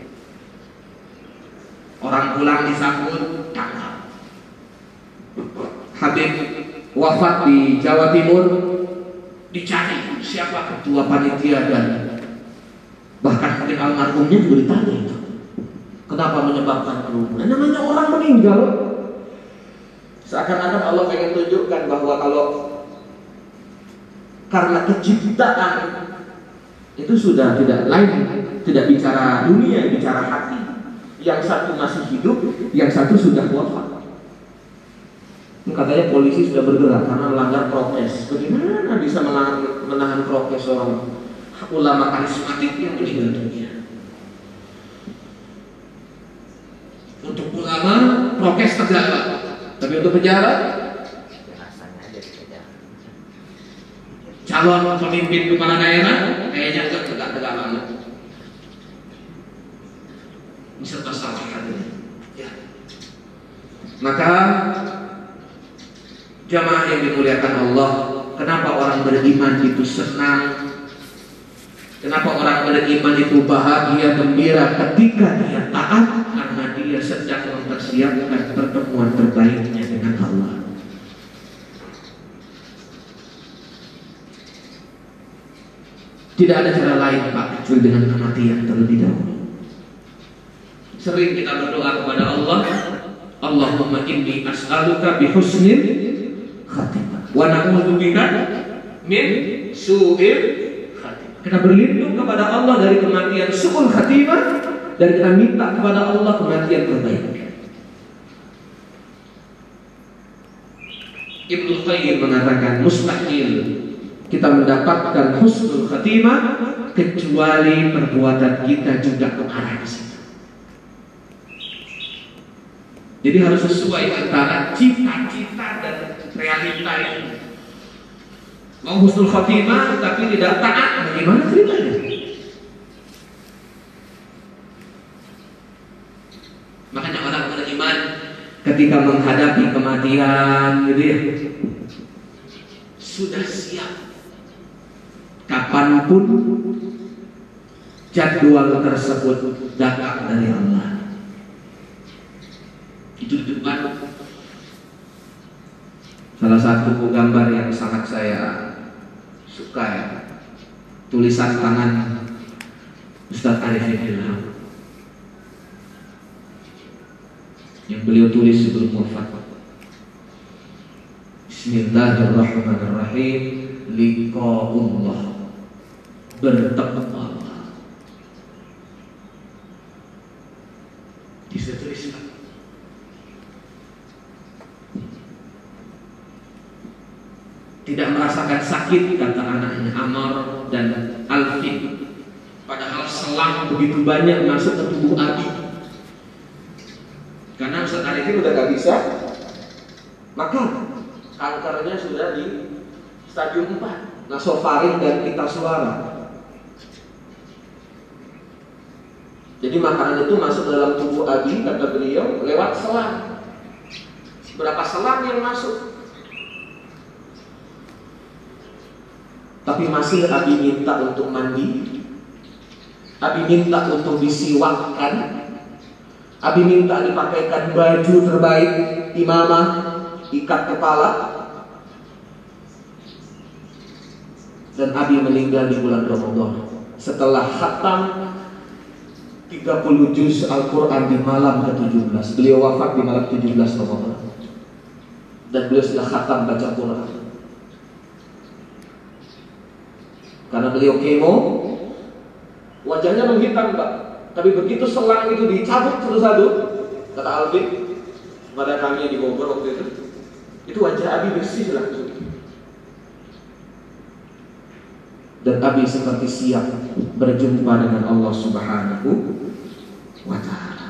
Orang pulang disambut tangkap. Habib wafat di Jawa Timur, dicari siapa ketua panitia, dan bahkan Habib almarhumnya juga ditanya itu, kenapa menyebabkan kerumunan. Namanya orang meninggal. Seakan-akan Allah pengen tunjukkan bahwa kalau karena kecintaan itu sudah tidak lain, tidak bicara dunia, bicara hati. Yang satu masih hidup, yang satu sudah wafat. Katanya polisi sudah bergerak karena melanggar prokes. Bagaimana bisa menahan prokes orang ulama karismatik yang meninggal dunia? Untuk ulama prokes tegak, tapi untuk pejabat, calon pemimpin kepala daerah kayaknya nggak tegak-tegak banget. Bisa masalah ya. Maka jamaah yang dimuliakan Allah, kenapa orang beriman itu senang? Kenapa orang beriman itu bahagia, gembira ketika dia taat? Karena dia sedang mempersiapkan pertemuan terbaiknya dengan Allah. Tidak ada cara lain Pak, kecuali dengan kematian terlebih dahulu. Sering kita berdoa kepada Allah, Allahumma inni as'aluka bihusnil khatimah wa na'udzubika min su'il khatimah. Kita berlindung kepada Allah dari kematian su'ul khatimah, dan kita minta kepada Allah kematian terbaik. Ibnu Qayyim mengatakan mustahil kita mendapatkan husnul khatimah kecuali perbuatan kita juga mengarah ke situ. Jadi harus sesuai antara cita-cita dan realita ini. Mau husnul khatimah tapi tidak taat, bagaimana ceritanya? Makanya orang beriman ketika menghadapi kematian gitu ya, sudah siap kapanpun jadwal tersebut datang dari Allah. Itu di depan salah satu gambar yang sangat saya suka ya, tulisan tangan Ustaz Arifin Ilham yang beliau tulis sebelum wafat. Bismillahirrahmanirrahim, liqa'ullah, bertemu Allah. Bisa tuliskan. Tidak merasakan sakit, kata anaknya Amar dan Alfin, padahal selang begitu banyak masuk ke tubuh Abi. Karena Ustaz Arifin udah gak bisa makan, kankernya sudah di stadium 4, nasofaring dan pita suara. Jadi makanan itu masuk dalam tubuh Abi, kata beliau, lewat selang. Berapa selang yang masuk? Tapi masih Abi minta untuk mandi, Abi minta untuk disiwakkan, Abi minta dipakaikan baju terbaik, imamah, ikat kepala. Dan Abi meninggal di bulan Ramadan setelah khatam 30 juz Al-Quran di malam ke-17. Beliau wafat di malam 17 Ramadan. Dan beliau sudah khatam baca Quran. Karena beliau kemo, wajahnya menghitam, Pak. Tapi begitu selang itu dicabut satu-satu, kata Alvin pada kami di Bogor waktu itu wajah Abi bersih langsung. Dan Abi seperti siap berjumpa dengan Allah Subhanahu wa Ta'ala.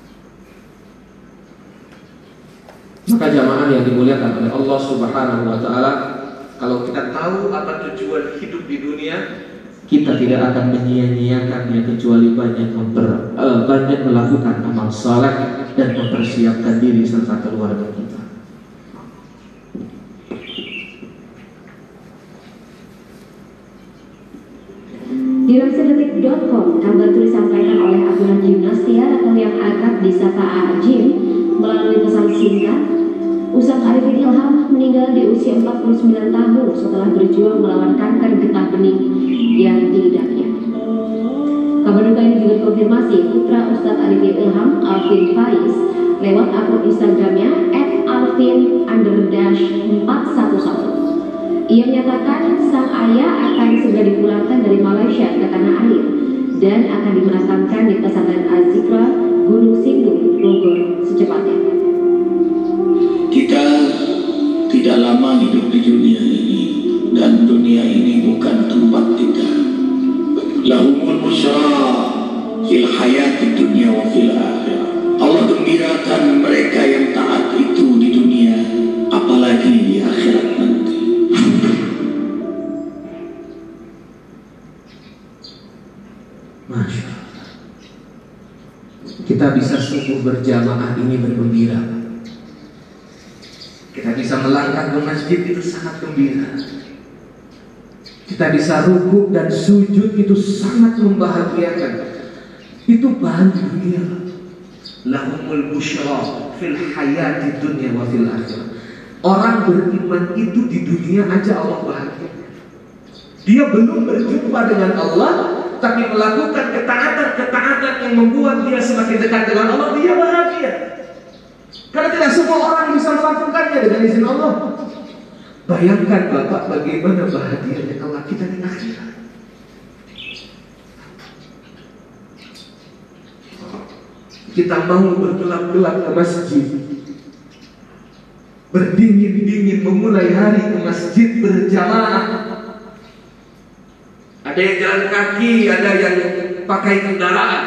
Maka jamaah yang dimuliakan oleh Allah Subhanahu wa Ta'ala, kalau kita tahu apa tujuan hidup di dunia, kita tidak akan menyia-nyiakannya kecuali banyak melakukan amal saleh dan mempersiapkan diri serta keluarga kita. Dilansir detik.com, kabar tulis disampaikan oleh Abdullah Gimnastiar atau yang akrab disapa Ajim melalui pesan singkat. Ustaz Arifin Ilham meninggal di usia 49 tahun setelah berjuang melawan kanker getah bening yang diidapnya. Kabar duka ini juga dikonfirmasi putra Ustaz Arifin Ilham, Alvin Faiz, lewat akun Instagramnya @alvin_411. Ia menyatakan sang ayah akan segera dipulangkan dari Malaysia ke tanah air dan akan dimakamkan di pesantren Az-Zikra, Gunung Sindur, Bogor secepatnya. Kita tidak lama hidup di dunia ini, dan dunia ini bukan tempat kita. Lahumul busyra fil hayati dunya wa fil akhirah. Allah gembirakan mereka yang taat itu di dunia, apalagi di akhirat nanti. Masya Allah. Kita bisa subuh berjamaah ini bergembira. Kita bisa melangkah ke masjid itu sangat gembira. Kita bisa rukuk dan sujud itu sangat membahagiakan. Itu bahagia. Lahumul busyra fil hayati dunya wa fil akhirah. Orang beriman itu di dunia aja Allah bahagia. Dia belum berjumpa dengan Allah, tapi melakukan ketaatan-ketaatan yang membuat dia semakin dekat dengan Allah, dia bahagia. Karena tidak semua orang bisa melakukannya dengan izin Allah. Bayangkan Bapak bagaimana bahagianya Allah kita di akhirat. Kita mau bergelap-gelap ke masjid, berdingin-dingin memulai hari ke masjid berjamaah. Ada yang jalan kaki, ada yang pakai kendaraan.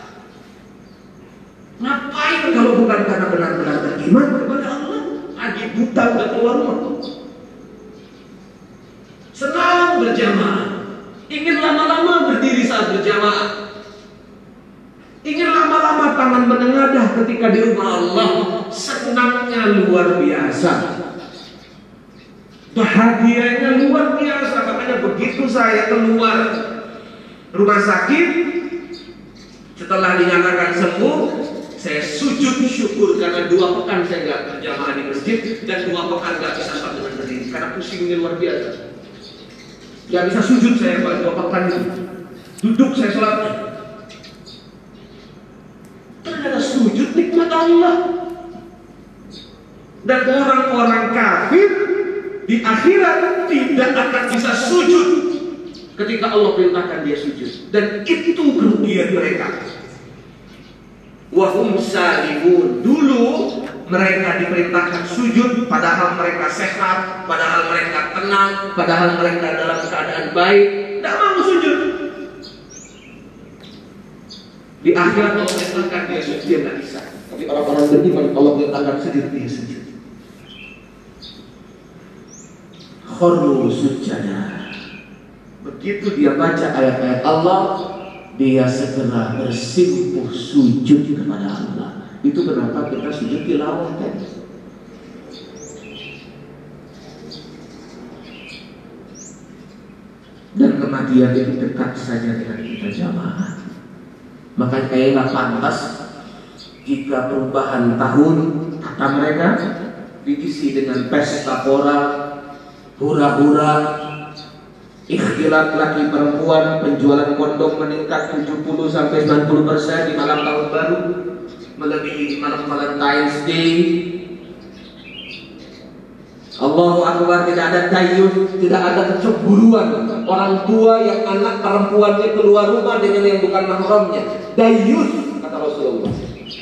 Ngapain kalau bukan karena benar-benar beriman kepada Allah? Pagi buta udah keluar rumah. Senang berjamaah, ingin lama-lama berdiri saat berjamaah, ingin lama-lama tangan menengadah ketika di rumah Allah. Senangnya luar biasa, bahagianya luar biasa. Makanya begitu saya keluar rumah sakit, setelah dinyatakan sembuh, saya sujud syukur karena 2 pekan saya nggak berjamaah di masjid dan 2 pekan nggak bisa sholat dengan berdiri karena pusingnya luar biasa. Nggak bisa sujud saya pada 2 pekan itu. Duduk saya sholat. Ternyata sujud nikmat Allah. Dan orang-orang kafir di akhirat tidak akan bisa sujud ketika Allah perintahkan dia sujud. Dan itu kerugian mereka. Wahum salihun. Dulu mereka diperintahkan sujud, padahal mereka sehat, padahal mereka tenang, padahal mereka dalam keadaan baik, tidak mau sujud. Di akhirat Allah letakkan dia sujud, dia nggak bisa. Tapi orang-orang beriman Allah letakkan sujud, dia sujud. Khurru sujada. Begitu dia baca ayat-ayat Allah, dia segera bersimpuh sujud kepada Allah. Itu kenapa kita sujud tilawah tadi. Dan kematian itu dekat saja dengan kita jamaah. Maka kayaknya pantas jika perubahan tahun kata mereka diisi dengan pesta pora, hura-hura, ikhtilat laki perempuan, penjualan kondom meningkat 70-90% di malam tahun baru, melebihi malam Valentine's Day. Allahu Akbar, tidak ada tayyus, tidak ada kecemburuan orang tua yang anak perempuannya keluar rumah dengan yang bukan mahramnya. Dayyus, kata Rasulullah.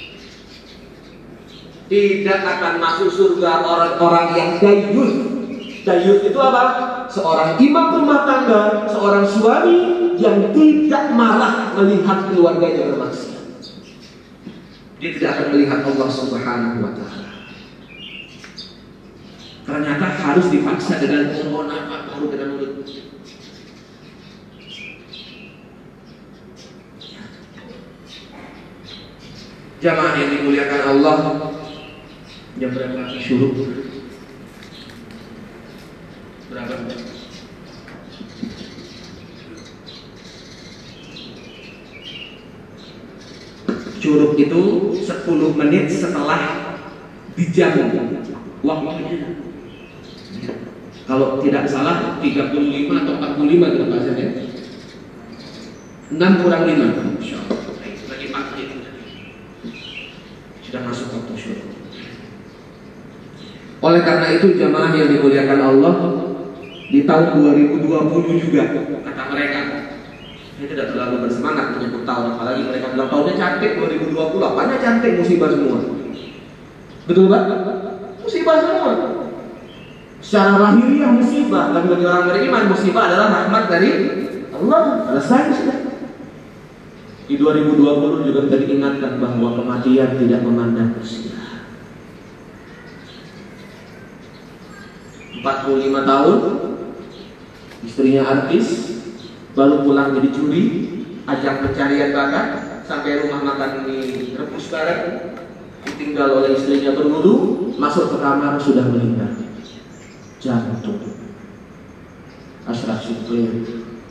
Tidak akan masuk surga orang-orang yang dayyus. Dayyus itu apa? Seorang imam rumah tangga, seorang suami yang tidak marah melihat keluarganya bermaksiat. Dia tidak akan melihat Allah Subhanahu wa Ta'ala. Ternyata harus dipaksa dengan mulut dengan mulut. Jamaah yang dimuliakan Allah, jam berapa syuruk? Berapa? Syuruk itu 10 menit setelah dijamu waktunya. Kalau tidak salah 35 atau 45 itu bahasanya. 6 kurang 5. Insyaallah. Lagi pagi sudah masuk waktu syuruk. Oleh karena itu jamaah yang dimuliakan Allah, di tahun 2020 juga kata mereka, saya tidak terlalu bersemangat menyebut tahun, apalagi mereka bilang tahunnya cantik 2020, apanya cantik, musibah semua. Betul Pak? Musibah semua. Secara lahiriah musibah, tapi bagi orang beriman musibah adalah rahmat dari Allah. Selesai sudah. Di 2020 juga kita diingatkan bahwa kematian tidak memandang usia. 45 tahun, istrinya artis, baru pulang jadi curi, ajak pencarian bakat, sampai rumah makan ini rebus bareng, ditinggal oleh istrinya berwudu, masuk ke kamar sudah meninggal. Jantung Ashraf Syukri,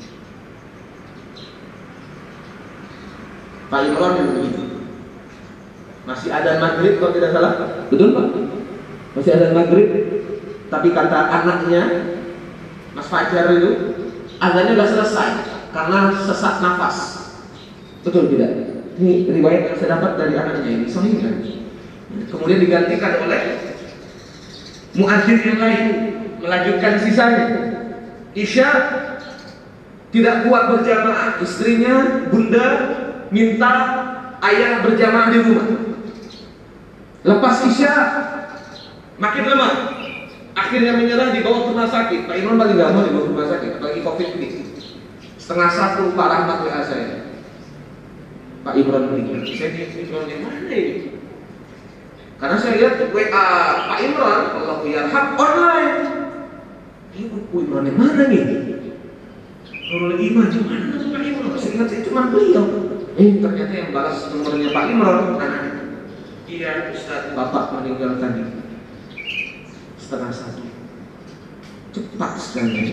Pak Imran yang begitu. Masih ada maghrib kalau tidak salah. Betul Pak? Masih ada maghrib. Tapi kata anaknya Mas Fajar itu azannya sudah selesai karena sesak nafas. Betul tidak? Ini riwayat yang saya dapat dari anaknya ini. Sahih kan? Kemudian digantikan oleh muadzin yang lain, melanjutkan sisanya. Isya tidak kuat berjamaah, istrinya bunda minta ayah berjamaah di rumah. Lepas Isya makin lemah, akhirnya menyerah, dibawa ke rumah sakit. Pak Imran paling gak mau dibawa ke rumah sakit, apalagi COVID ini. 12:30 Pak Rahmat WA saya, Pak Imran meninggal. Saya Imran di mana ini? Karena saya lihat WA Pak Imran, Allahu yarham online. Ini buku Imran yang mana nih? Nurul Iman, gimana tuh Pak Imran? Saya ingat saya cuma beliau. Ternyata yang balas nomornya Pak Imran. Iya Ustaz, Bapak meninggal tadi 12:30. Cepat sekali.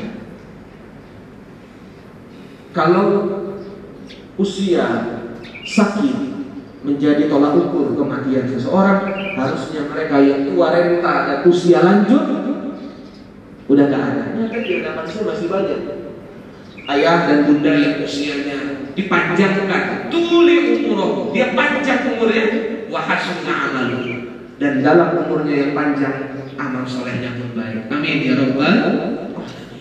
Kalau usia sakit menjadi tolak ukur kematian seseorang, harusnya mereka yang tua renta dan usia lanjut udah gak ada. Kan di hadapan saya masih banyak ayah dan bunda yang usianya dipanjangkan, tuli umur, dia panjang umurnya, wahasuna amalu, dan dalam umurnya yang panjang amal solehnya pun baik. Amin ya rabbal alamin.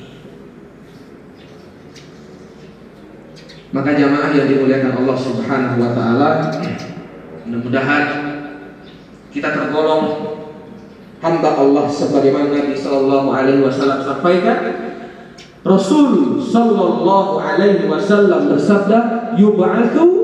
Maka jamaah yang dimuliakan Allah Subhanahu wa Ta'ala, mudah-mudahan kita tergolong hamba Allah sebagaimana Nabi Sallallahu Alaihi Wasallam sampaikan. Rasul Sallallahu Alaihi Wasallam bersabda, yub'atsu